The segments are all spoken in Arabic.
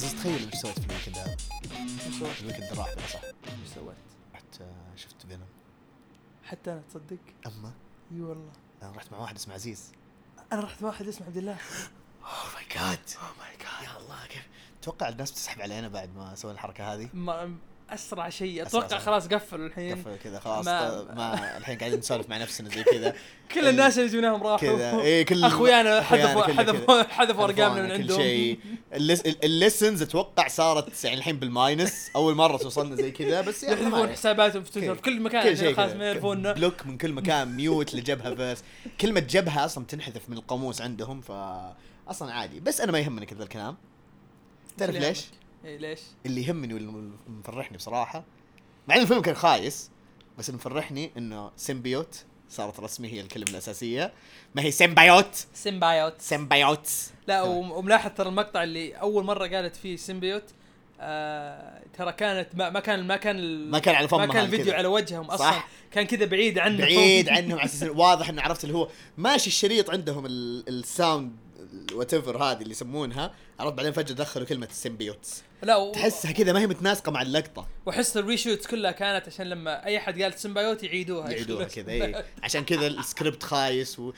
عزيز تخيل ايش سويت في الويكند هذا؟ ايش سويت؟ الويكند اللي راح صح؟ ايش سويت؟ رحت شفت فينوم. حتى انا تصدق؟ اما اي والله انا رحت مع واحد اسمه عزيز. انا رحت مع واحد اسمه عبد الله. اوه ماي جاد يا الله كيف توقع الناس بتسحب علينا بعد ما سوينا الحركه هذه؟ اسرع شيء أسرع اتوقع شيء. خلاص قفلوا الحين. قفل كذا خلاص ما الحين قاعدين نسولف مع نفسنا زي كذا. كل الناس اللي جبناهم راحوا كذا ايه كل اخويانا أخويانا حذفوا ارقامنا من كل عندهم. شيء. الليسنز اتوقع صارت يعني الحين بالماينس. اول مره توصلنا زي كذا بس يعني يحذفون حساباتهم في تويتر في كل مكان عشان خلاص ما يعرفوننا. بلوك من كل مكان ميوت لجبهه فيرس. كلمه جبهه اصلا تنحذف من القاموس عندهم فاصلا عادي. بس انا ما يهمني كذا الكلام. تعرف ليش؟ ايه ليش؟ اللي يهمني واللي مفرحني بصراحه مع ان الفيلم كان خايس بس اللي مفرحني انه سيمبيوت صارت رسمي هي الكلمه الاساسيه. ما هي سيمبايوت لا وملاحظ ترى المقطع اللي اول مره قالت فيه سيمبيوت ترى كانت ما كان على فمها. ما كان الفيديو كده. على وجههم اصلا صح. كان كذا بعيد عنهم على اساس واضح انه عرفت اللي هو ماشي الشريط عندهم الساوند واتيفر هذه اللي يسمونها عرفت. بعدين فجاه دخلوا كلمه السيمبيوتس. لا تحسها كذا ما هي متناسقه مع اللقطه. وحس الريشوت كلها كانت عشان لما اي حد قال سيمبيوت يعيدوها كذا ايه. عشان كذا السكريبت خايس ما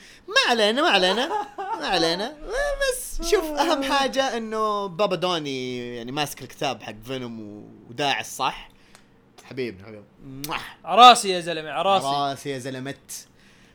علينا بس شوف اهم حاجه انه بابا دوني يعني ماسك الكتاب حق فينوم وداعي الصح. حبيبنا عراسي يا زلمه عراسي يا زلمت.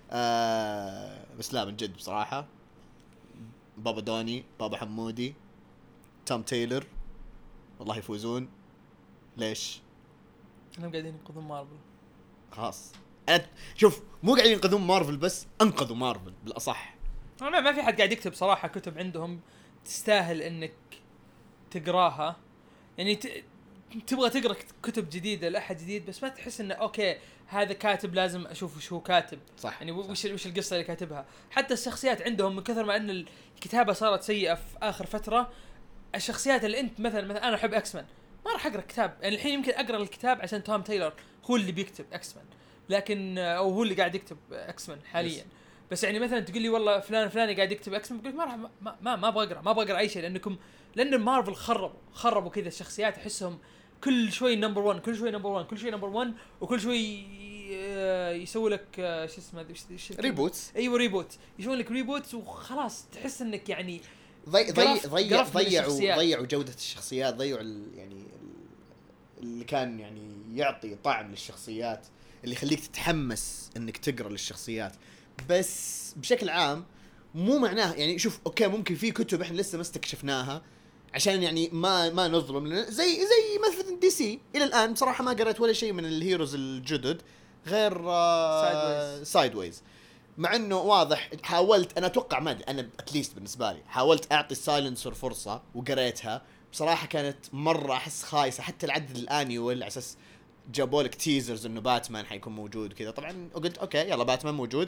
بس لا من جد بصراحه بابا دوني بابا حمودي توم تايلر والله يفوزون. ليش؟ انهم قاعدين ينقذون مارفل. خلاص أنا شوف مو قاعدين ينقذون مارفل بس انقذوا مارفل بالاصح. ما في حد قاعد يكتب صراحه كتب عندهم تستاهل انك تقراها. يعني تبغى تقرا كتب جديده لاحد جديد بس ما تحس انه اوكي هذا كاتب لازم اشوف وش هو كاتب. صح. يعني وش القصه اللي كاتبها. حتى الشخصيات عندهم من كثر ما ان الكتابه صارت سيئه في اخر فتره. الشخصيات اللي انت مثلا انا احب اكس مان ما راح اقرا كتاب. يعني الحين يمكن اقرا الكتاب عشان توم تايلر هو اللي بيكتب اكس مان لكن او هو اللي قاعد يكتب اكس مان حاليا. بس يعني مثلا تقول لي والله فلان فلاني قاعد يكتب اكس مان بقول ما راح ما ابغى اقرا اي شيء لان مارفل خربوا كذا الشخصيات. احسهم كل شوي نمبر 1 كل شوي نمبر 1 وكل شوي يسوي لك شو اسمه ريبوتس. ايوه ريبوت يسوي لك ريبوتس وخلاص تحس انك يعني ضيعوا جودة الشخصيات. ضيعوا يعني اللي كان يعني يعطي طعم للشخصيات اللي يخليك تتحمس انك تقرا للشخصيات. بس بشكل عام مو معناه يعني شوف اوكي ممكن في كتب احنا لسه ما استكشفناها عشان يعني ما نظلم زي مثلا دي سي. الى الان بصراحه ما قرأت ولا شيء من الهيروز الجدد غير سايدويز. مع انه واضح حاولت انا اتوقع ما انا اتليست بالنسبه لي حاولت اعطي سايلنسر فرصه وقريتها بصراحه كانت مره احس خايسه. حتى العدد الانيول على اساس جابوا لك تيزرز انه باتمان حيكون موجود كذا. طبعا قلت اوكي يلا باتمان موجود.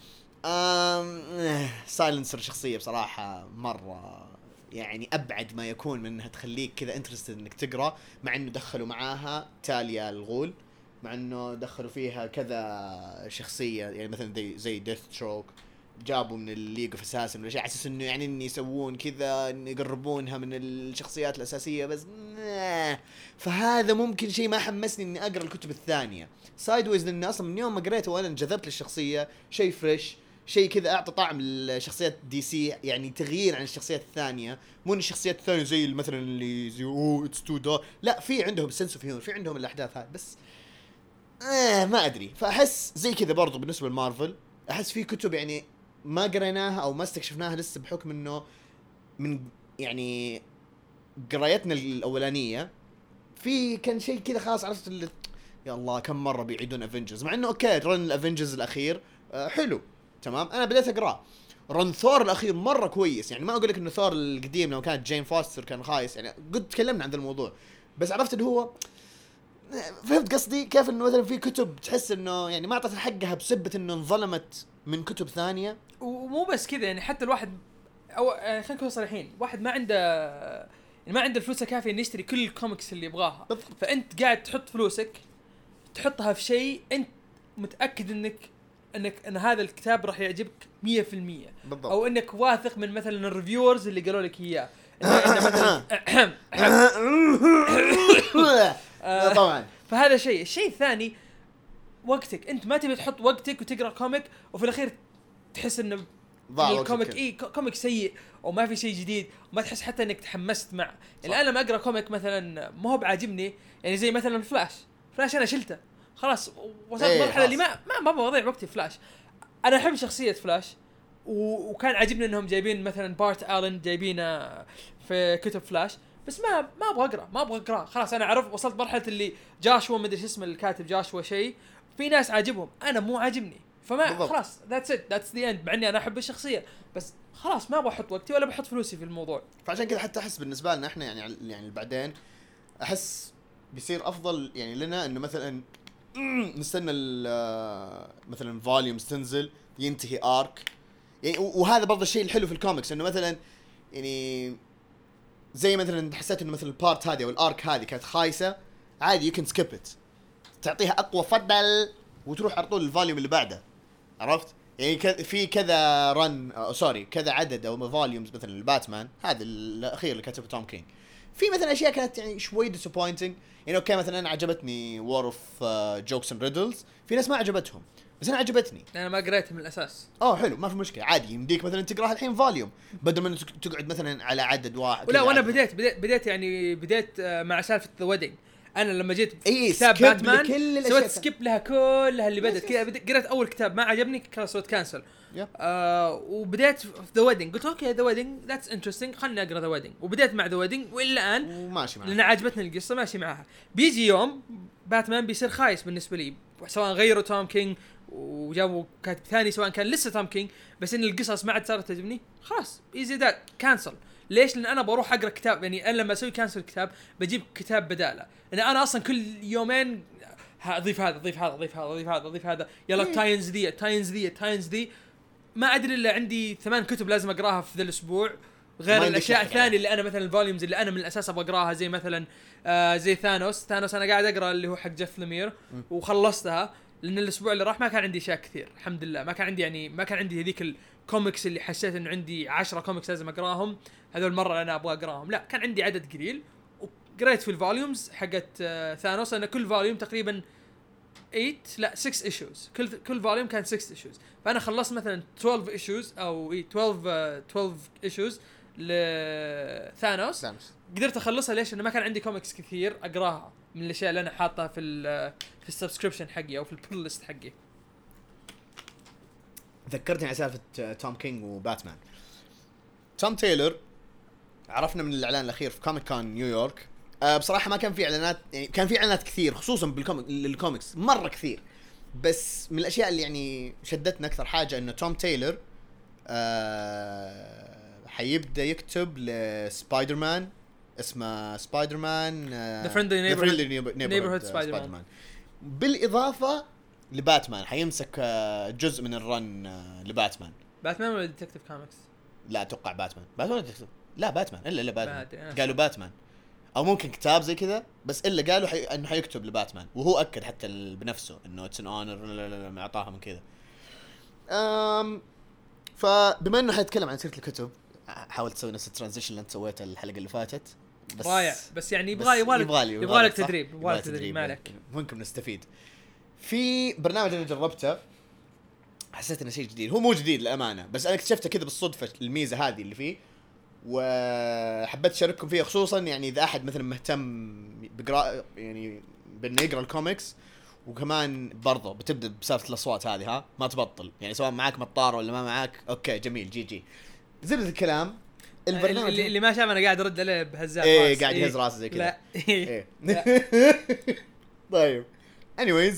سايلنسر شخصيه بصراحه مره يعني ابعد ما يكون من انها تخليك كذا انترستد انك تقرا. مع انه دخلوا معاها تاليا الغول مع انه دخلوا فيها كذا شخصيه يعني مثلا زي ديث ستروك جابوا من الليج اوف اساسن ولا شيء على اساس انه يعني ان يسوون كذا ان يقربونها من الشخصيات الاساسيه بس فهذا ممكن شيء ما حمسني اني اقرا الكتب الثانيه. سايدويز لان اصلا من يوم ما قريته وانا انجذبت للشخصيه شيء فريش شيء كذا اعطى طعم للشخصيات دي سي يعني تغيير عن الشخصيات الثانيه. مو ان الشخصيات الثانيه زي مثلا اللي زي اتس تو دا لا في عندهم سنس اوف هيومر في عندهم الاحداث هاي بس ما ادري. فاحس زي كذا برضو بالنسبه لمارفل احس في كتب يعني ما قريناها او ما استكشفناها لسه بحكم انه من يعني قرايتنا الاولانيه في كان شيء كذا خلاص عرفت اللي يا الله كم مره بيعيدون افنجرز. مع انه اوكي رن الافنجرز الاخير حلو تمام انا بديت اقراه. رن ثور الاخير مره كويس يعني ما اقول لك انه ثور القديم لو كانت جين فاستر كان خايس يعني قد تكلمنا عن ذا الموضوع بس عرفت اللي هو فهمت قصدي كيف انه مثلا في كتب تحس انه يعني ما اعطت حقها بسبه انه انظلمت من كتب ثانيه. ومو بس كذا يعني حتى الواحد او خلينا نكون صريحين واحد ما عنده يعني ما عنده الفلوس الكافيه انه يشتري كل الكوميكس اللي يبغاها. فانت قاعد تحط فلوسك تحطها في شيء انت متاكد ان هذا الكتاب راح يعجبك 100% بالضبط. او انك واثق من مثلا الريفيورز اللي قالوا لك اياه إن مثلا طبعا. فهذا شيء. الشيء الثاني وقتك، انت ما تبي تحط وقتك وتقرا كوميك وفي الاخير تحس انه الكوميك كوميك سيء او ما في شيء جديد، وما تحس حتى انك تحمست مع. الان لما اقرا كوميك مثلا ما هو بعاجبني، يعني زي مثلا فلاش انا شلته خلاص، وصلت مرحله اللي ما بضيع وقتي فلاش. انا احب شخصيه فلاش، وكان عاجبني انهم جايبين مثلا بارت آلن جايبينه في كتب فلاش، بس ما ابغى اقرا خلاص. انا عرفت وصلت مرحله اللي جاشوا ما ادري ايش اسم الكاتب، جاشوا شيء في ناس عاجبهم انا مو عاجبني، فما بالضبط. خلاص ذاتس ذا اند. مع اني انا احب الشخصيه بس خلاص ما ابغى احط وقتي ولا بحط فلوسي في الموضوع. فعشان كذا حتى احس بالنسبه لنا احنا يعني بعدين احس بيصير افضل يعني لنا انه مثلا نستنى مثلا فوليومز تنزل ينتهي ارك يعني. وهذا برضه الشيء الحلو في الكوميكس انه مثلا يعني زي مثلا حسيت انه مثلا البارت هذه او الارك هذه كانت خايسه، عادي يمكن سكيب ات، تعطيها اقوى فضل وتروح على طول الفوليوم اللي بعده. عرفت يعني في كذا كذا عدد او فوليومز مثلا الباتمان هذا الاخير اللي كتبه توم كينج، في مثلا اشياء كانت يعني شوي ديسابوينتنج. يعني اوكي مثلا انا عجبتني وور اوف جوكس اند ريدلز، في ناس ما عجبتهم بس انا عجبتني. انا ما قريتها من الاساس. حلو ما في مشكله، عادي يمديك مثلا تقراها الحين فوليوم بدل ما تقعد مثلا على عدد واحد. ولا وانا بديت يعني مع سالفه ذا ويدنج. انا لما جيت كتاب سكيب باتمان سويت سكيب سكيب لها كلها اللي بدت كذا. قريت اول كتاب ما عجبني خلاص سويت كانسل. وبديت في ذا ويدنج، قلت اوكي ذا ويدنج ذاتس انترستينج، خلني اقرا ذا ويدنج. وبديت مع ذا ويدنج والى الان وماشي معها لان عجبتني القصه ماشي معها. بيجي يوم باتمان بيصير خايس بالنسبه لي، سواء غيروا توم كينج وجابوا كاتب ثاني، سواء كان لسه توم كينج بس ان القصص ما عاد صارت تعجبني، خلاص ايزي ذات كانسل. ليش؟ لان انا بروح اقرا كتاب. يعني انا لما اسوي كانسل كتاب بجيب كتاب بداله، لان انا اصلا كل يومين اضيف هذا يلا تاينز ذي ما ادري الا عندي 8 كتب لازم اقراها في ذا الاسبوع، غير الاشياء الثانيه اللي انا مثلا الفوليومز اللي انا من الاساس ابغى اقراها، زي مثلا زي ثانوس انا قاعد اقرا اللي هو حق جيف ليمير وخلصتها، لان الاسبوع اللي راح ما كان عندي اشياء كثير الحمد لله. ما كان عندي هذيك الكوميكس اللي حسيت انه عندي 10 كوميكس لازم اقراهم هذول المره انا ابغى اقراهم، لا كان عندي عدد قليل وقريت في الفوليومز حقت ثانوس. انا كل فوليوم تقريبا 6 ايشوز، كل فوليوم كان 6 ايشوز، فانا خلصت مثلا 12 ايشوز او 12 ايشوز لثانوس. قدرت اخلصها ليش؟ انه ما كان عندي كوميكس كثير اقراها من الاشياء اللي انا حاطها في السبسكريبشن حقي او في البول ليست حقي. ذكرتني على سالفه توم كينج وباتمان. توم تايلور عرفنا من الاعلان الاخير في كوميك كون نيويورك. بصراحه ما كان في اعلانات، يعني كان في اعلانات كثير خصوصا للكوميكس مره كثير، بس من الاشياء اللي يعني شدتنا اكثر حاجه انه توم تايلور حيبدا يكتب لسبايدر مان، اسمه سبايدر مان The Friendly Neighborhood Spider-Man. بالاضافه لباتمان حيمسك جزء من الرن لباتمان. باتمان ولا ديتكتيف كوميكس؟ لا اتوقع باتمان لا باتمان الا باتمان. قالوا باتمان او ممكن كتاب زي كذا، بس الا قالوا انه حيكتب لباتمان، وهو اكد حتى بنفسه انه اتس ان اونر ما اعطاها من كذا. فبما انه حيتكلم عن سيره الكتب حاولت اسوي نفس الترانزيشن اللي انت سويته الحلقه اللي فاتت، بس رائع. بس يعني يبغى لك تدريب ما عليك، ممكن نستفيد. في برنامج انا جربته حسيت انه شيء جديد، هو مو جديد للامانه بس انا اكتشفته كذا بالصدفه الميزه هذه اللي فيه، وحبيت اشارككم فيه خصوصا يعني اذا احد مثلا مهتم بقراءه يعني بانه يقرا الكوميكس، وكمان برضه بتبدا بسالفه الاصوات هذه ما تبطل، يعني سواء معاك مطار ولا ما معاك اوكي جميل جي زبده الكلام. البرنامج اللي ما شاف انا قاعد ارد عليه بهزات راس قاعد يهز راسه زي كذا لا طيب anyways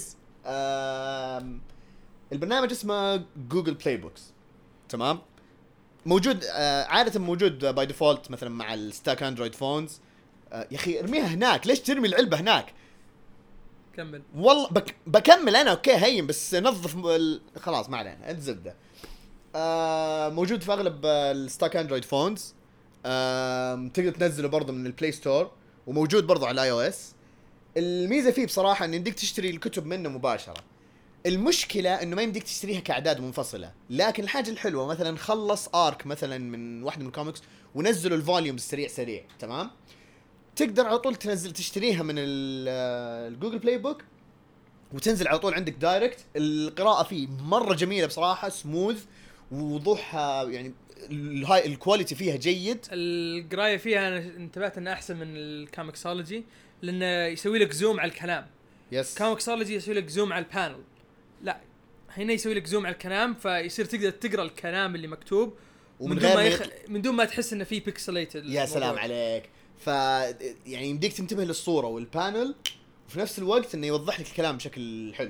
البرنامج اسمه جوجل بلاي بوكس، تمام؟ موجود عادة موجود باي ديفولت مثلا مع الستاك اندرويد فونز. يا اخي ارميها هناك، ليش ترمي العلبة هناك؟ كمل والله بكمل انا اوكي هين بس نظف خلاص ما علينا الزبدة. موجود في اغلب الستاك اندرويد فونز، تقدر تنزله برضه من البلاي ستور، وموجود برضه على اي او اس. الميزة فيه بصراحة ان يمديك تشتري الكتب منه مباشرة. المشكله انه ما يمديك تشتريها كاعداد منفصله، لكن الحاجه الحلوه مثلا خلص ارك مثلا من واحده من الكوميكس ونزلوا الفوليوم سريع تمام، تقدر على طول تنزل تشتريها من الجوجل بلاي بوك وتنزل على طول عندك دايركت. القراءه فيه مره جميله بصراحه، سموث ووضوحها، يعني الهاي الكواليتي فيها جيد. القرايه فيها انا انتبهت انها احسن من الكوميكسولوجي، لانه يسوي لك زوم على الكلام. يس كوميكسولوجي يسوي لك زوم على البانل، لا هنا يسوي لك زوم على الكلام، فيصير تقدر تقرا الكلام اللي مكتوب ومن غير من دون ما تحس انه في بيكسليتد. يا سلام عليك. ف يعني يمديك تنتبه للصوره والبانل وفي نفس الوقت انه يوضح لك الكلام بشكل حلو.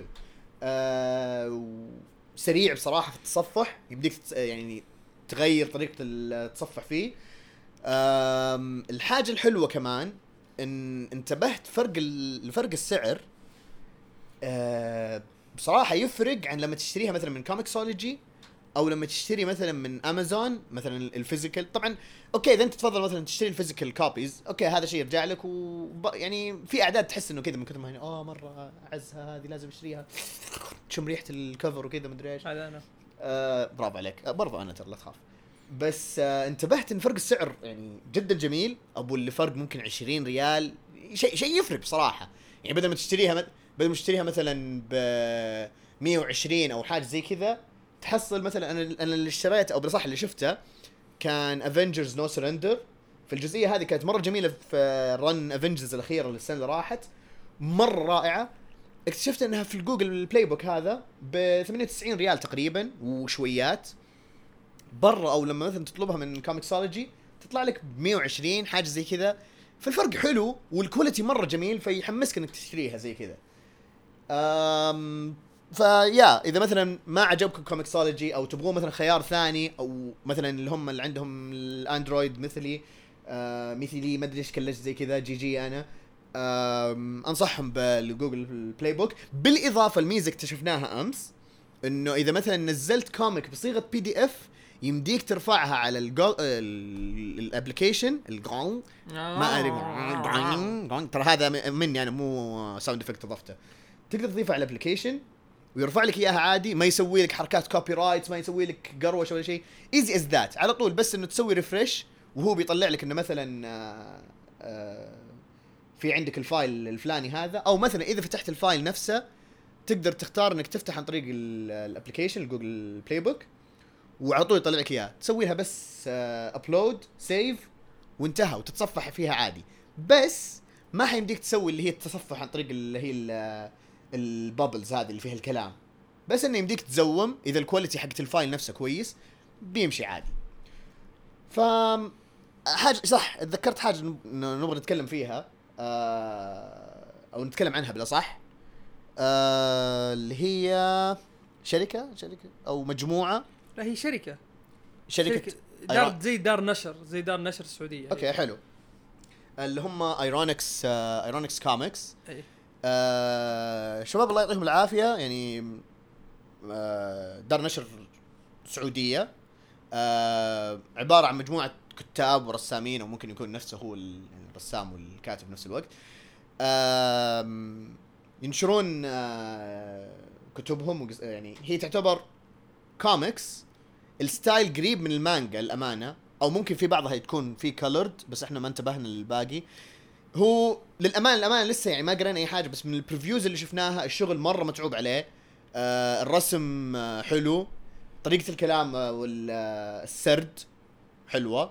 سريع بصراحه في التصفح، يمديك يعني تغير طريقه التصفح فيه. الحاجه الحلوه كمان ان انتبهت فرق السعر. بصراحه يفرق عن لما تشتريها مثلا من كوميكسولوجي او لما تشتري مثلا من امازون مثلا الفيزيكال. طبعا اوكي اذا انت تفضل مثلا تشتري الفيزيكال كوبيز اوكي هذا شيء يرجع لك، يعني في اعداد تحس انه كذا من كثر ما هي مره اعزها هذه لازم اشتريها، تشم ريحه الكفر وكذا مدري ايش. هذا انا برافو عليك، برضو انا ترى لا تخاف. بس انتبهت ان فرق السعر يعني جدا جميل، ابو اللي فرق ممكن 20 ريال، شيء يفرق بصراحه. يعني بدل ما تشتريها مثلا ب 120 او حاجه زي كذا، تحصل مثلا انا اللي اشتريته او بالصح اللي شفته كان افنجرز نو سرندر. في الجزئيه هذه كانت مره جميله في رن افنجرز الاخيره السنه اللي راحت، مره رائعه. اكتشفت انها في الجوجل بلاي بوك هذا ب 98 ريال تقريبا وشويات برا، او لما مثلا تطلبها من كوميكسولوجي تطلع لك ب 120 حاجه زي كذا. فالفرق حلو والكواليتي مره جميل، فيحمسك انك تشتريها زي كذا. فيا اذا مثلا ما عجبكم كوميكسولوجي او تبغون مثلا خيار ثاني، او مثلا اللي عندهم الاندرويد مثلي مثلي ما ادري ايش كلش زي كذا جي انا انصحهم بالجوجل بلاي بوك. بالاضافه الميزه اكتشفناها امس انه اذا مثلا نزلت كوميك بصيغه بي دي اف يمديك ترفعها على الابلكيشن الجون، ما ادري ترى هذا مني انا مو ساوند افكت اضفته. تقدر تضيفها على الابلكيشن ويرفع لك اياها عادي، ما يسوي لك حركات كوبي رايت، ما يسوي لك قروش ولا شيء، ايزي از ذات على طول. بس انه تسوي ريفرش وهو بيطلع لك انه مثلا في عندك الفايل الفلاني هذا، او مثلا اذا فتحت الفايل نفسه تقدر تختار انك تفتح عن طريق الابلكيشن الجوجل بلاي بوك وعلى طول يطلع لك اياه، تسوي لها بس ابلود سيف وانتهى وتتصفح فيها عادي. بس ما حيمديك تسوي اللي هي التصفح عن طريق اللي هي البابلز هذه اللي فيها الكلام، بس انه يمديك تزوم اذا الكواليتي حقت الفايل نفسه كويس بيمشي عادي. ف حاجه صح اتذكرت حاجه نبغى نتكلم فيها او نتكلم عنها بلا صح، اللي هي شركه او مجموعه. لا هي شركه دار زي دار نشر السعوديه. اوكي حلو، اللي هم ايرونكس كوميكس. شباب الله يعطيهم العافيه، يعني دار نشر سعوديه، عباره عن مجموعه كتاب ورسامين، او ممكن يكون نفسه هو الرسام والكاتب نفس الوقت. ينشرون كتبهم، يعني هي تعتبر كوميكس الستايل قريب من المانجا الامانه، او ممكن في بعضها تكون في كولرد بس احنا ما انتبهنا للباقي. هو للامانه لسه يعني ما قرينا اي حاجه، بس من البريفيوز اللي شفناها الشغل مره متعوب عليه. الرسم حلو، طريقه الكلام والسرد حلوه،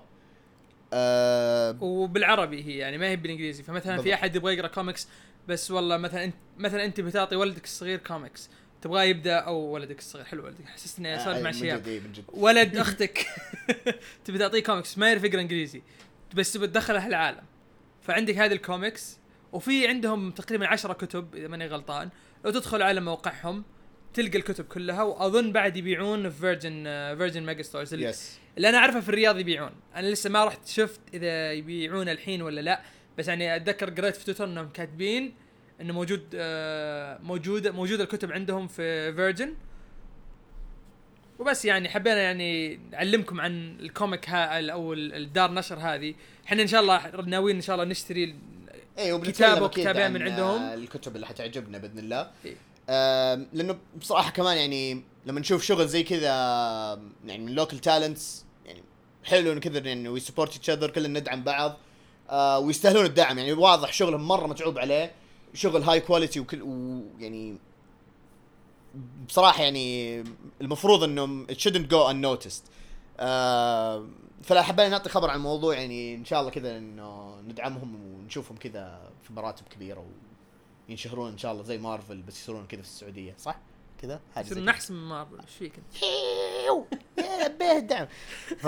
وبالعربي هي يعني ما هي بالانجليزي. فمثلا بالضبط. في احد يبغى يقرا كوميكس بس والله مثلا انت بتعطي ولدك الصغير كوميكس تبغاه يبدا، او ولدك الصغير حلو ولدك حسسني اسولف مع شياب ولد اختك تبي تعطيه كوميكس ما يعرف يقرا انجليزي بس تبي تدخله العالم، فعندك هذه الكوميكس. وفي عندهم تقريبا 10 كتب اذا ماني غلطان، لو تدخل على موقعهم تلقى الكتب كلها. واظن بعد يبيعون في فيرجن ميجا ستورز اللي انا اعرفه في الرياض يبيعون. انا لسه ما رحت شفت اذا يبيعون الحين ولا لا، بس يعني اتذكر قريت في تويتر انهم كاتبين انه موجود الكتب عندهم في فيرجن. وبس يعني حبينا يعني نعلمكم عن الكوميك او الدار نشر هذه. احنا ان شاء الله ناويين ان شاء الله نشتري كتاب وكتابين من عندهم، الكتب اللي حتعجبنا باذن الله. لانه بصراحه كمان يعني لما نشوف شغل زي كذا يعني من لوكال تالنتس يعني حلو انه كذا يعني وي سبورت ايتش اذر، كلنا ندعم بعض ويستاهلون الدعم. يعني واضح شغلهم مره متعوب عليه، شغل هاي كواليتي ويعني بصراحه يعني المفروض انه it shouldn't go unnoticed. فلا حبينا نعطي خبر عن الموضوع، يعني ان شاء الله كذا انه ندعمهم ونشوفهم كذا في مراتب كبيره وينشهرون ان شاء الله زي مارفل، بس يصيرون كذا في السعوديه صح كذا حاجه يصير نحس من مارفل. ايش فيك انت؟ يا به الدعم. ف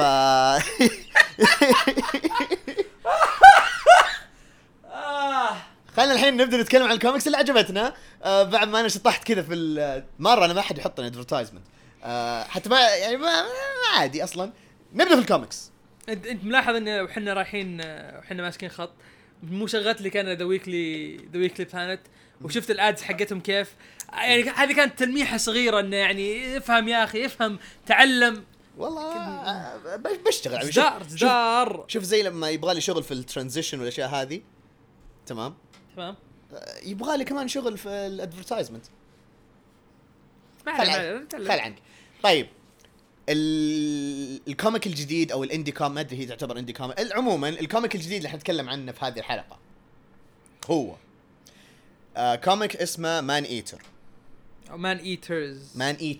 خلينا الحين نبدا نتكلم عن الكوميكس اللي عجبتنا. بعد ما انا شطحت كذا في مره انا ما حد يحط لي ادفرتايزمنت حتى ما يعني ما عادي اصلا. نبدا في الكوميكس. انت ملاحظ ان احنا رايحين وحنا ماسكين خط، مو شغلت لي كان ذا ويكلي بلانت وشفت الادز حقتهم كيف يعني. هذه كانت تلميحه صغيره انه يعني افهم يا اخي افهم تعلم والله بشتغل جدار. شوف زي لما يبغى لي شغل في الترانزيشن والاشياء هذه تمام يبغى لي كمان شغل في الادفرتايزمنت. خل عنك. طيب الكوميك الجديد او الاندي كوم هي تعتبر اندي كوم. عموما الكوميك الجديد اللي حنتكلم عنه في هذه الحلقه هو كوميك اسمه مان ايتر. مان ايترز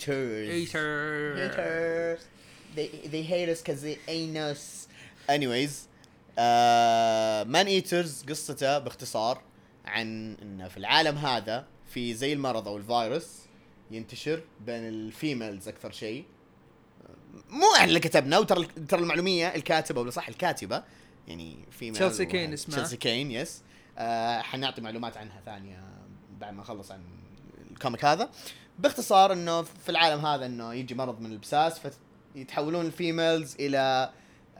they hate us cuz they ain't us. anyways مان ايترز قصته باختصار عن انه في العالم هذا في زي المرض او الفيروس ينتشر بين الفيميلز اكثر شيء. مو احنا اللي كتبنا، وترى المعلوميه الكاتبه ولا صح الكاتبه يعني فيميل تشيلسي كين اسمها تشيلسي كين. يس حنعطي معلومات عنها ثانيه بعد ما نخلص عن الكوميك هذا. باختصار انه في العالم هذا انه يجي مرض من البساس فيتحولون الفيميلز الى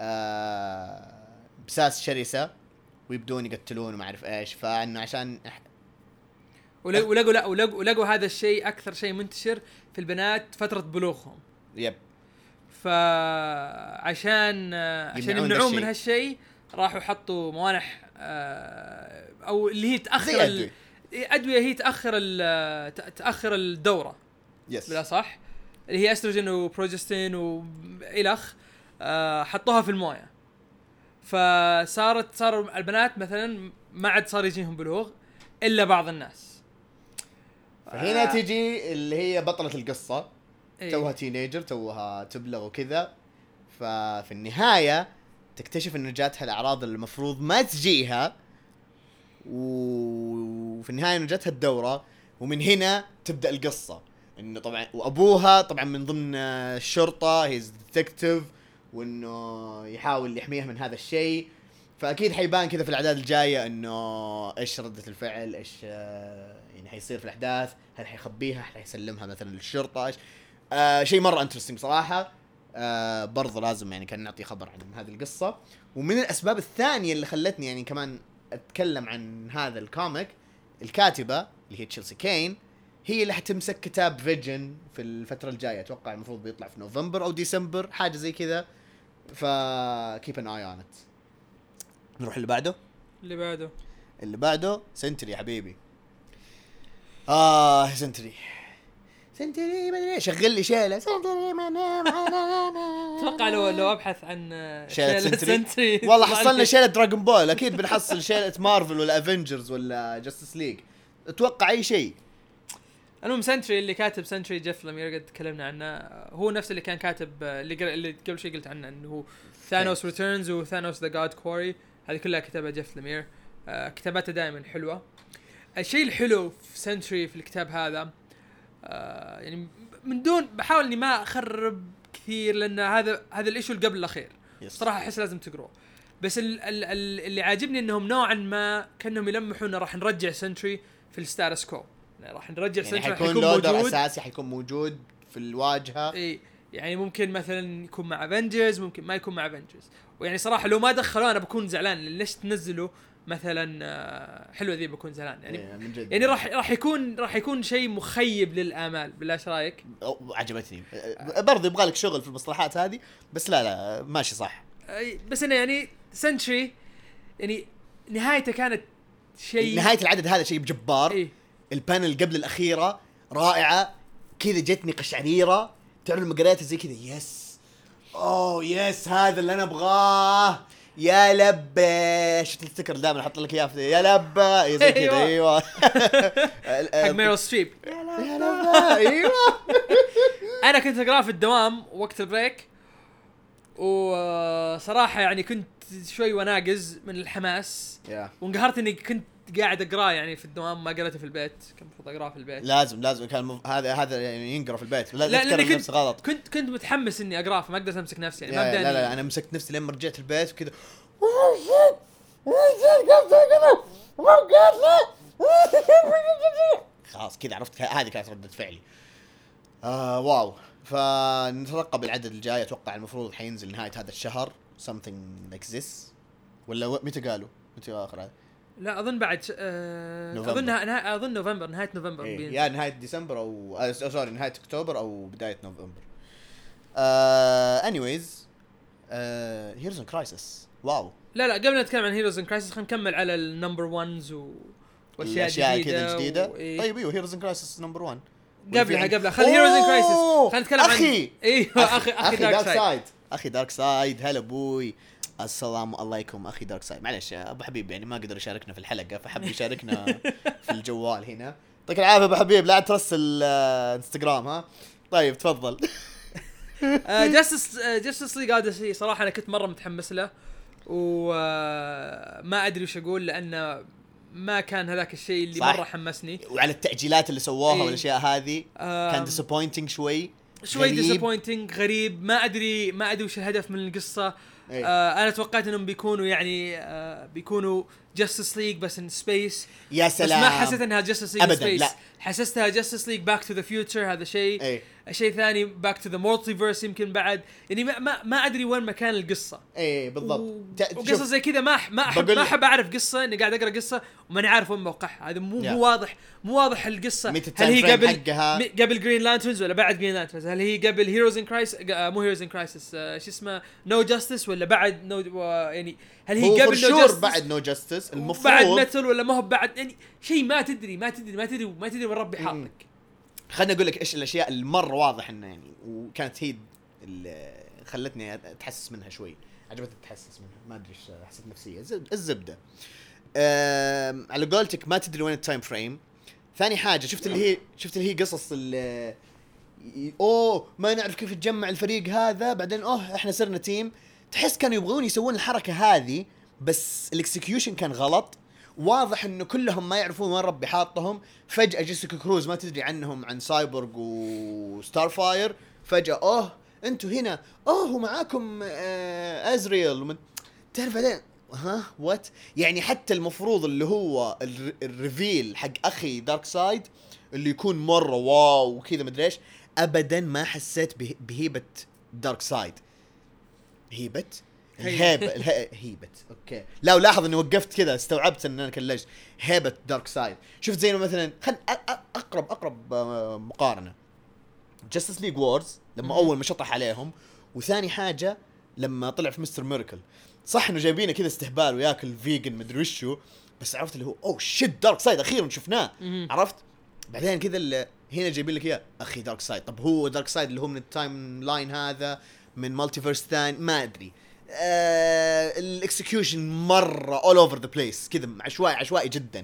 بساس شرسه ويبدون يقتلون وما اعرف ايش. فانه عشان ولقوا هذا الشيء اكثر شيء منتشر في البنات فتره بلوغهم. يب. فعشان يمنعون من هالشيء راحوا حطوا موانح او اللي هي تاخر ادويه هي تاخر الدوره. يس بلا صح اللي هي استروجين وبروجستين والخ حطوها في المويه. صاروا البنات مثلا ما عاد صار يجيهم بلوغ الا بعض الناس. فهنا تجي اللي هي بطلة القصة توها تينيجر توها تبلغ وكذا. ففي النهاية تكتشف ان جاتها الاعراض اللي المفروض ما تجيها وفي النهاية جاتها الدورة. ومن هنا تبدأ القصة انه طبعا وابوها طبعا من ضمن الشرطة هيز ديتكتيف وانه يحاول يحميها من هذا الشيء. فاكيد حيبان كذا في الاعداد الجايه انه ايش رده الفعل، ايش يعني حيصير في الاحداث، هل حيخبيها، هل حيسلمها مثلا للشرطه، ايش شيء مره انترستينج صراحه. برضه لازم يعني كان نعطي خبر عن هذه القصه. ومن الاسباب الثانيه اللي خلتني يعني كمان اتكلم عن هذا الكوميك الكاتبه اللي هي تشيلسي كين هي اللي حتمسك كتاب فيجن في الفتره الجايه. اتوقع المفروض بيطلع في نوفمبر او ديسمبر حاجه زي كذا. فكيب ان اي اون ات. نروح اللي بعده سنتري يا حبيبي. سنتري ما ادري شغل لي شيله سنتري ما اتوقع لو ابحث عن شيله سنتري والله حصلنا شيله دراغون بول. اكيد بنحصل شيله مارفل ولا افنجرز ولا جاستس ليج. اتوقع اي شيء. المهم سنتري اللي كاتب سنتري جيف لمير قد تكلمنا عنه، هو نفس اللي كان كاتب اللي قبل شيء قلت عنه انه هو ثانوس ريتيرنز وثانوس ذا جاد كوري. هذه كلها كتبها جيف لمير. كتاباته دائما حلوه. الشيء الحلو في سنتري في الكتاب هذا يعني من دون بحاول اني ما اخرب كثير لان هذا الايشو اللي قبل الاخير صراحه احس لازم تقروه. بس اللي عاجبني انهم نوعا ما كانهم يلمحوا انه راح نرجع سنتري في الستاتس كو. راح نرجع يعني سنتري حيكون لودر اساسي حيكون موجود في الواجهه. اي يعني ممكن مثلا يكون مع افنجرز ممكن ما يكون مع افنجرز. ويعني صراحه لو ما دخلوا انا بكون زعلان ليش تنزلوا مثلا حلوه ذي بكون زعلان يعني. يعني راح يكون شيء مخيب للآمال. بالله ايش رايك؟ عجبتني برضه يبغى لك شغل في المصطلحات هذه بس لا ماشي صح. بس انا يعني سنتري يعني نهايته كانت شيء نهايه العدد هذا شيء جبار. البانل قبل الاخيره رائعه كذا، جتني قشعريره. تعرف لما قريتها زي كذا يس، اوه يس هذا اللي انا ابغاه، يا لبى. شفت الستيكر دائما احط لك اياه يا لبى زي كذا. ايوه حق ميرل ستريب يا لبى. ايوه انا كنت اقراه في الدوام وقت البريك، وصراحه يعني كنت شوي وناقز من الحماس، وانقهرت اني كنت قاعد اقراه يعني في الدوام، ما قريته في البيت. كان المفروض اقراه في البيت. لازم كان هذا يعني ينقرا في البيت. لا لاني نفس غلط. كنت متحمس اني اقراه، فما اقدر امسك نفسي يعني. ما لا انا مسكت نفسي لما رجعت البيت وكذا خلاص كذا عرفت. هذه كانت ردة فعلي. واو. فنترقب العدد الجاي. اتوقع المفروض حينزل نهاية هذا الشهر something like this، ولا متى قالوا متى اخر هذا؟ لا اظن بعد اظن نوفمبر، نهاية نوفمبر. يا نهاية ديسمبر او سوري نهاية اكتوبر او بداية نوفمبر. anyways هيروز اند كرايسس. واو. لا قبل لا نتكلم عن هيروز اند كرايسس خلينا نكمل على النمبر 1s والاشياء كذا جديده. طيب ايوه هيروز اند كرايسس نمبر 1 قبلها خلي هيروز اند كرايسس خلينا نتكلم عن اخي دارك سايد. اخي دارك سايد. هلا ابوي، السلام عليكم اخي دارك سايد. معلش ابو حبيب يعني ما قدر يشاركنا في الحلقه، فحب يشاركنا في الجوال هنا. يعطيك العافيه ابو حبيب، لا ترسل انستغرام. ها طيب تفضل. جاستس ليج اوديسي صراحه انا كنت مره متحمس له، وما ادري وش اقول، لانه ما كان هذاك الشيء اللي مره حمسني. وعلى التعجيلات اللي سووها والاشياء هذه كان ديسابوينتينج شوي ديسابوينتينج غريب. ما ادري وش الهدف من القصه. انا توقعت انهم بيكونوا يعني بيكونوا جاستس ليج بس ان سبيس. يا سلام. بس ما حسيت انها جاستس ليج سبيس، لا. حسستها جاستس ليج باك تو ذا فيوتشر. هذا شيء شيء ثاني، باك تو ذا مولتيفيرس يمكن بعد. يعني ما ادري وين مكان القصه. بالضبط. وقصه زي كذا ما احب اعرف قصه اني قاعد اقرا قصه وماني عارف وين موقعها. هذا مو واضح القصه. هل هي قبل جرين لانترنز ولا بعد جرين لانترنز؟ هل هي قبل هيروز ان كرايسس مو هيروز ان كرايسس شو اسمه نو جاستس، ولا بعد نو يعني هل هي قبل نو جاستس بعد نو جاستس المفروض بعد متل، ولا ما هو بعد؟ يعني شيء ما تدري وين ربي حاطك. خلنا اقول لك ايش الاشياء المره واضح انه يعني، وكانت هي اللي خلتني اتحسس منها شوي. عجبتني التحسس منها، ما ادري ايش حسيت نفسيه الزبده. على قولتك ما تدري وين التايم فريم. ثاني حاجه شفت اللي هي قصص ما نعرف كيف تجمع الفريق هذا، بعدين احنا صرنا تيم. تحس كانوا يبغون يسوون الحركه هذه بس الاكسكيوشن كان غلط. واضح انه كلهم ما يعرفون وين ربي حاطهم. فجأة جيسيكا كروز ما تدري عنهم، عن سايبورغ وستار فاير. فجأة انتوا هنا، ومعاكم ازريل ومن تعرف بعدين وات. يعني حتى المفروض اللي هو الريفيل حق اخي دارك سايد اللي يكون مرة واو وكذا مدري ايش، ابدا ما حسيت بهيبة دارك سايد. هيبة اوكي. لا ولاحظ اني وقفت كذا، استوعبت ان انا كلجت هيبة دارك سايد. شفت زي مثلا اقرب مقارنة جاستس ليج وورز لما اول ما شطح عليهم، وثاني حاجة لما طلع في مستر ميراكل. صح انه جايبينه كذا استهبال وياكل فيجن مدري وشو، بس عرفت اللي هو شيت دارك سايد اخيرا شفناه. عرفت بعدين كذا اللي هنا جايبين لك اياه اخي دارك سايد. طب هو دارك سايد اللي هو من التايم لاين هذا، من مالتيفيرس ثاني، ما ادري. الاكسكيوشن مره اول اوفر ذا بليس كذا، عشوائي جدا.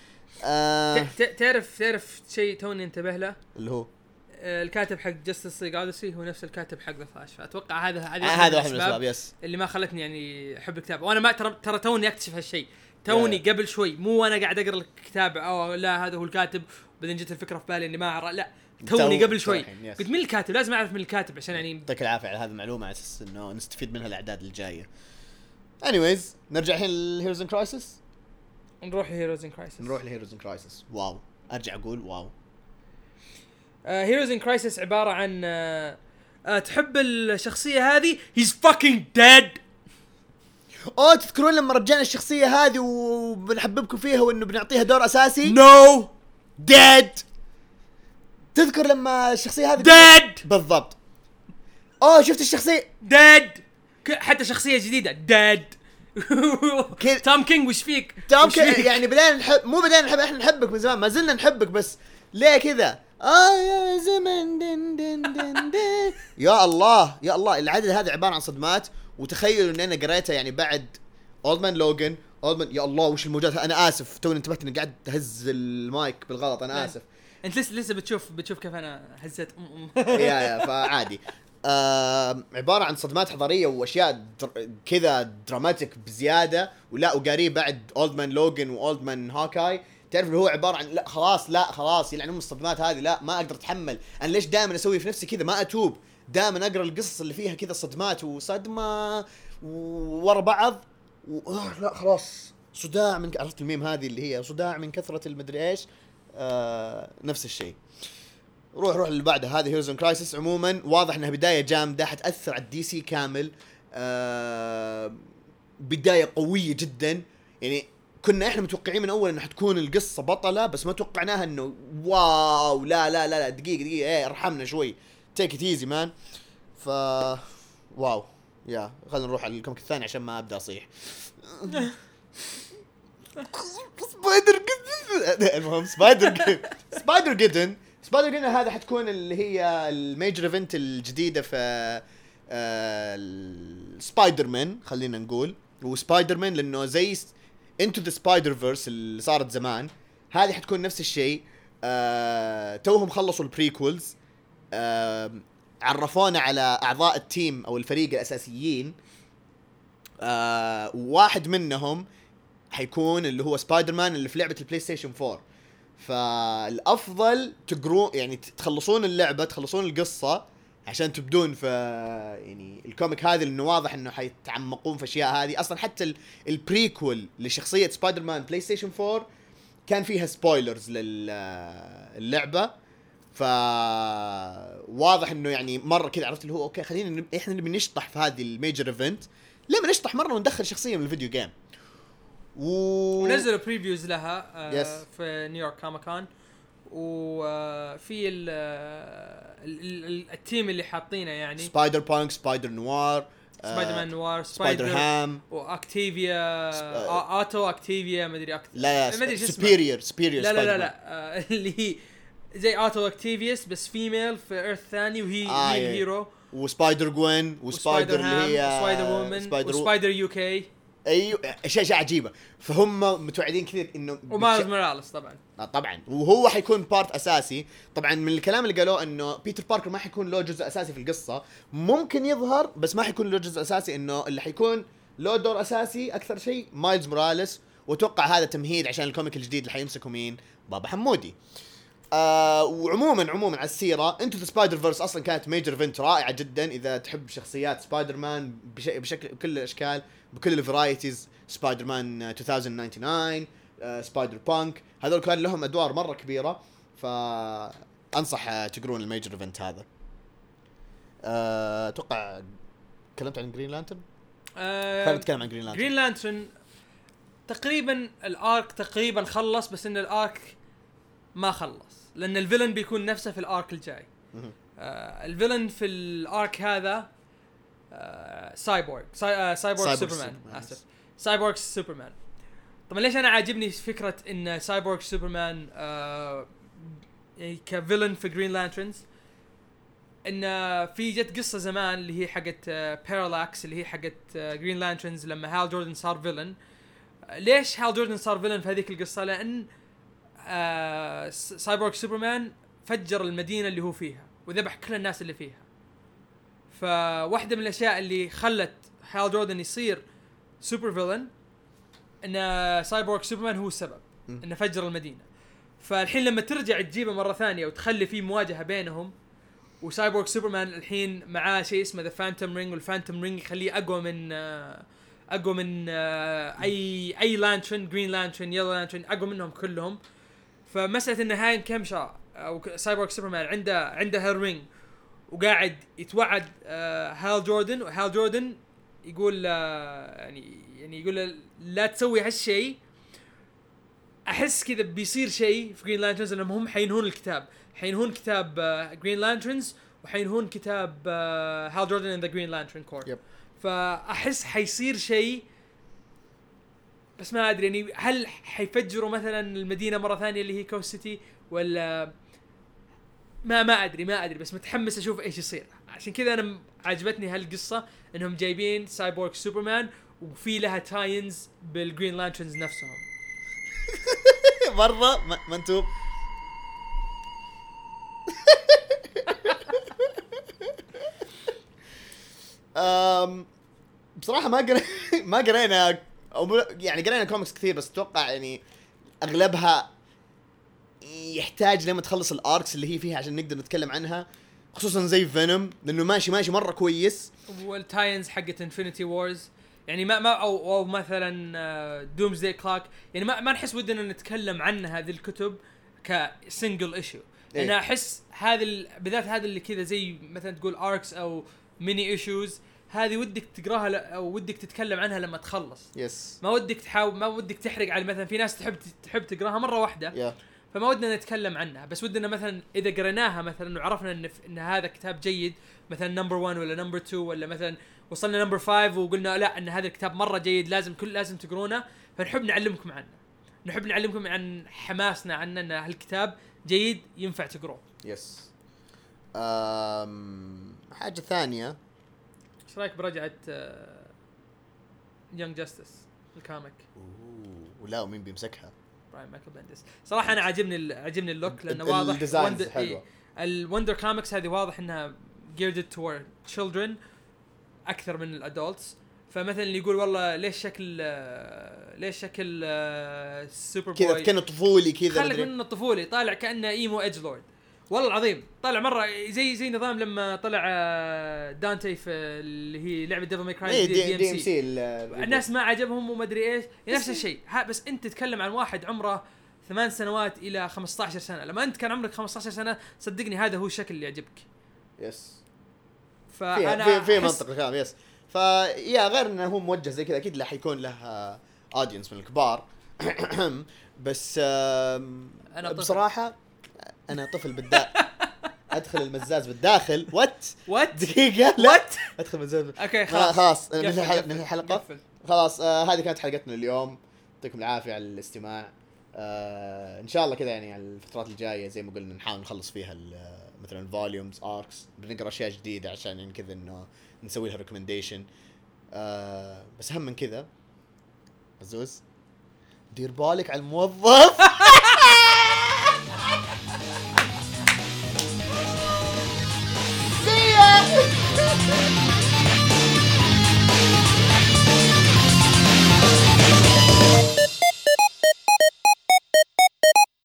تعرف شيء توني انتبه له، اللي هو الكاتب حق جاستس ليج اوديسي هو نفس الكاتب حق ذا فلاش. فاتوقع هذا واحد من الاسباب يس اللي ما خلتني يعني احب الكتاب. وانا ما ترى توني اكتشف هالشيء توني قبل شوي، مو وانا قاعد اقرا الكتاب او لا هذا هو الكاتب. بعدين جت الفكره في بالي اني ما اعرف، لا توني قبل شوي قلت مين الكاتب، لازم اعرف من الكاتب عشان يعني يعطيك العافيه على هذه المعلومه، على اساس انه نستفيد منها الاعداد الجايه. anyways نرجع الحين لهيروز ان كرايسس. نروح لهيروز ان كرايسس. واو، ارجع اقول واو. هيروز ان كرايسس عباره عن تحب الشخصيه هذه he's fucking dead. تذكرون لما رجعنا الشخصيه هذه وبنحببكم فيها وانه بنعطيها دور اساسي؟ no dead. تذكر لما الشخصيه هذه dead بالضبط. شفت الشخصيه dead. حتى شخصيه جديده dead. توم كينج وش فيك يعني بدينا نحب، مو بدينا نحب، احنا نحبك من زمان، ما زلنا نحبك، بس ليه كذا؟ يا زمن دن دن دن دن. يا الله يا الله، العدد هذا عبارة عن صدمات. وتخيلوا ان انا قريتها يعني بعد اولدمان لوجن. اولدمان يا الله وش الموجات. انا اسف توني انتبهت اني قاعد تهز المايك بالغلط، انا اسف. انت لسه بتشوف كيف انا هزت يا فعادي. عبارة عن صدمات حضارية واشياء كذا دراماتيك بزيادة. ولا وقاريه بعد اولدمان لوجن واولدمان هوكاي. تعرف اللي هو عبارة عن لا خلاص يلعنون الصدمات هذه. لا ما اقدر اتحمل. انا ليش دائما اسوي في نفسي كذا؟ ما اتوب دائما اقرا القصص اللي فيها كذا صدمات وصدمة ورا بعض لا خلاص صداع من عرفت الميم هذه اللي هي صداع من كثرة المدري ايش. نفس الشيء. روح اللي بعده. هذه هيروزن كرايسيس. عموما واضح انها بدايه جامده حتاثر على الدي سي كامل. بدايه قويه جدا. يعني كنا احنا متوقعين من اول انه حتكون القصه بطله، بس ما توقعناها انه واو. لا دقيقه ايه ارحمنا شوي. تيك ات ايزي مان. ف واو يا خلينا نروح على الكوميك الثاني عشان ما ابدا اصيح. المهم سبايدر جيدن هذا حتكون اللي هي الميجر ايفنت الجديده في سبايدر مان. خلينا نقول وسبايدر مان لانه زي انتو ذا سبايدر فيرس اللي صارت زمان. هذه حتكون نفس الشيء. توهم خلصوا البريكولز. عرفونا على اعضاء التيم او الفريق الاساسيين. واحد منهم حيكون اللي هو سبايدر مان اللي في لعبة البلاي ستيشن 4. فالأفضل تقرون يعني تخلصون اللعبة تخلصون القصة عشان تبدون في يعني الكوميك هذا، لأنه واضح إنه حيتعمقون في أشياء هذه. أصلا حتى البريكول لشخصية سبايدر مان بلاي ستيشن 4 كان فيها سبويلرز للعبة. فواضح إنه يعني مرة كذا عرفت اللي هو أوكي خلينا إحنا نبي نشطح في هذه الميجر إيفنت. لما نشطح مرة وندخل شخصية من الفيديو جيم. ونزلوا بريفيوز لها في نيويورك كوميكون. وفي التيم اللي حاطينه يعني سبايدر بانك، سبايدر نوار، سبايدر مان نوار، سبايدر هام واكتيفيا اوتو اكتيفيا ما ادري لا سبيريور لا اللي هي زي اوتو اكتيفيوس بس فيميل في ايرث ثاني وهي هي الهيرو. وسبايدر جوين وسبايدر اللي هي سبايدر وومن وسبايدر يو كي. ايوه اشياء عجيبه. فهم متوعدين كثير انه ومايلز موراليس طبعا وهو حيكون بارت اساسي. طبعا من الكلام اللي قالوه انه بيتر باركر ما حيكون له جزء اساسي في القصه. ممكن يظهر بس ما حيكون له جزء اساسي. انه اللي حيكون له دور اساسي اكثر شيء مايلز موراليس. وتوقع هذا تمهيد عشان الكوميك الجديد اللي حيمسكه مين؟ بابا حمودي. وعموما على السيره انتو ذا سبايدر فيرس اصلا كانت ميجر ايفنت رائعه جدا. اذا تحب شخصيات سبايدر مان بشكل بكل الاشكال بكل الفرايتيز. سبايدر مان 2099 سبايدر بانك هذول كان لهم ادوار مره كبيره. فانصح تقرون الميجر ايفنت هذا. اتوقع تكلمت عن جرين لانترن. خلينا نتكلم عن جرين لانترن. تقريبا الارك تقريبا خلص بس ان الارك ما خلص لان الفيلن بيكون نفسه في الارك الجاي. الفيلن في الارك هذا سايبورغ سوبرمان. اسف سايبورغ سوبرمان. طبعا ليش انا عاجبني فكره ان سايبورغ سوبرمان يعني كفيلن في جرين لانترنز. ان في جت قصه زمان اللي هي حقت بارالاكس اللي هي حقت جرين لانترنز لما هال جوردن صار فيلن. ليش هال جوردن صار فيلن في هذيك القصه؟ لان سايبورغ سوبرمان فجر المدينة اللي هو فيها وذبح كل الناس اللي فيها. فواحدة من الأشياء اللي خلت هال جوردن يصير سوبر فيلن إن سايبورغ سوبرمان هو السبب إنه فجر المدينة. فالحين لما ترجع تجيبه مرة ثانية وتخلي فيه مواجهة بينهم وسايبورغ سوبرمان الحين معاه شيء اسمه ذا فانتوم رينج والفانتوم رينج يخليه أقوى من أي لانترن جرين لانترن يلو لانترن أقوى منهم كلهم. فمسألة إن هاين كمشا أو سايبورغ سوبرمان عنده هالرينج وقاعد يتوعد هال جوردن وهال جوردن يقول يعني يقول لا تسوي هالشيء. أحس كذا بيصير شيء في جرين لانترنز لأنهم هم حينهون الكتاب حينهون كتاب جرين لانترنز وحينهون كتاب هال جوردن إن ذا جرين لانترن كور. فأحس حيصير شيء بس ما أدري يعني هل حيفجروا مثلا المدينة مرة ثانية اللي هي كوست سيتي ولا ما ادري بس متحمس اشوف ايش يصير. عشان كذا انا عجبتني هالقصه انهم جايبين سايبورغ سوبرمان وفي لها تاينز بالجرين لانترنز نفسهم. مرة منتوب. بصراحة ما قرينا او يعني قرينا كوميكس كثير، بس اتوقع يعني اغلبها يحتاج لما تخلص الاركس اللي هي فيها عشان نقدر نتكلم عنها، خصوصا زي فينوم لانه ماشي مرة كويس. والتاينز حقت انفينيتي وورز يعني ما او مثلا دومزداي كلاك يعني ما نحس ودنا نتكلم عنها هذه الكتب كسنجل ايشو. انا احس هذا بالذات هذا اللي كذا زي مثلا تقول اركس او ميني ايشوز، هذه ودك تقراها او ودك تتكلم عنها لما تخلص. يس. ما ودك تحرق على مثلا في ناس تحب تقراها مره واحده. فما ودنا نتكلم عنها، بس ودنا مثلا اذا قريناها مثلا وعرفنا ان هذا كتاب جيد مثلا نمبر 1 ولا نمبر 2 ولا مثلا وصلنا نمبر 5 وقلنا لا ان هذا الكتاب مره جيد لازم تقرونه، فنحب نعلمكم عنه، نحب نعلمكم عن حماسنا عنه ان هالكتاب جيد ينفع تقروه. يس. حاجة ثانية، ايش رايك برجعة يونج جاستس الكاميك؟ ولا ومين بيمسكها؟ براين مايكل بندس. صراحة انا عجبني اللوك لانه واضح الوندر كوميكس هذه واضح انها geared toward children اكثر من الادولتس. فمثلا اللي يقول والله ليش شكل سوبر بوي كذا كأنه طفولي كذا، خلك منه الطفولي طالع كأنه ايمو ايدج لورد. والله العظيم طالع مرة زي نظام لما طلع دانتي في اللي هي لعبة ديفل ماي كراي دي ام سي. الناس ما عجبهم وما ادري ايش نفس الشيء. بس انت تتكلم عن واحد عمره 8 سنوات الى 15 سنة. لما انت كان عمرك 15 سنة صدقني هذا هو الشكل اللي يعجبك. يس. فانا في منطق الكلام. يس. فيا غير انه هو موجه زي كذا اكيد راح يكون له اودينس من الكبار. بس أنا بصراحة انا طفل ادخل المزاز بالداخل. وات دقيقة وات ادخل المزاز اوكي خلاص ننهي الحلقة. خلاص هذه كانت حلقتنا اليوم. يعطيكم العافية على الاستماع. ان شاء الله كذا يعني على الفترات الجاية زي ما قلنا نحاول نخلص فيها مثلا فوليومز اركس، بنقرا اشياء جديدة عشان يعني كذا انه نسوي لها ريكومنديشن. بس اهم من كذا عزوز دير بالك على الموظف.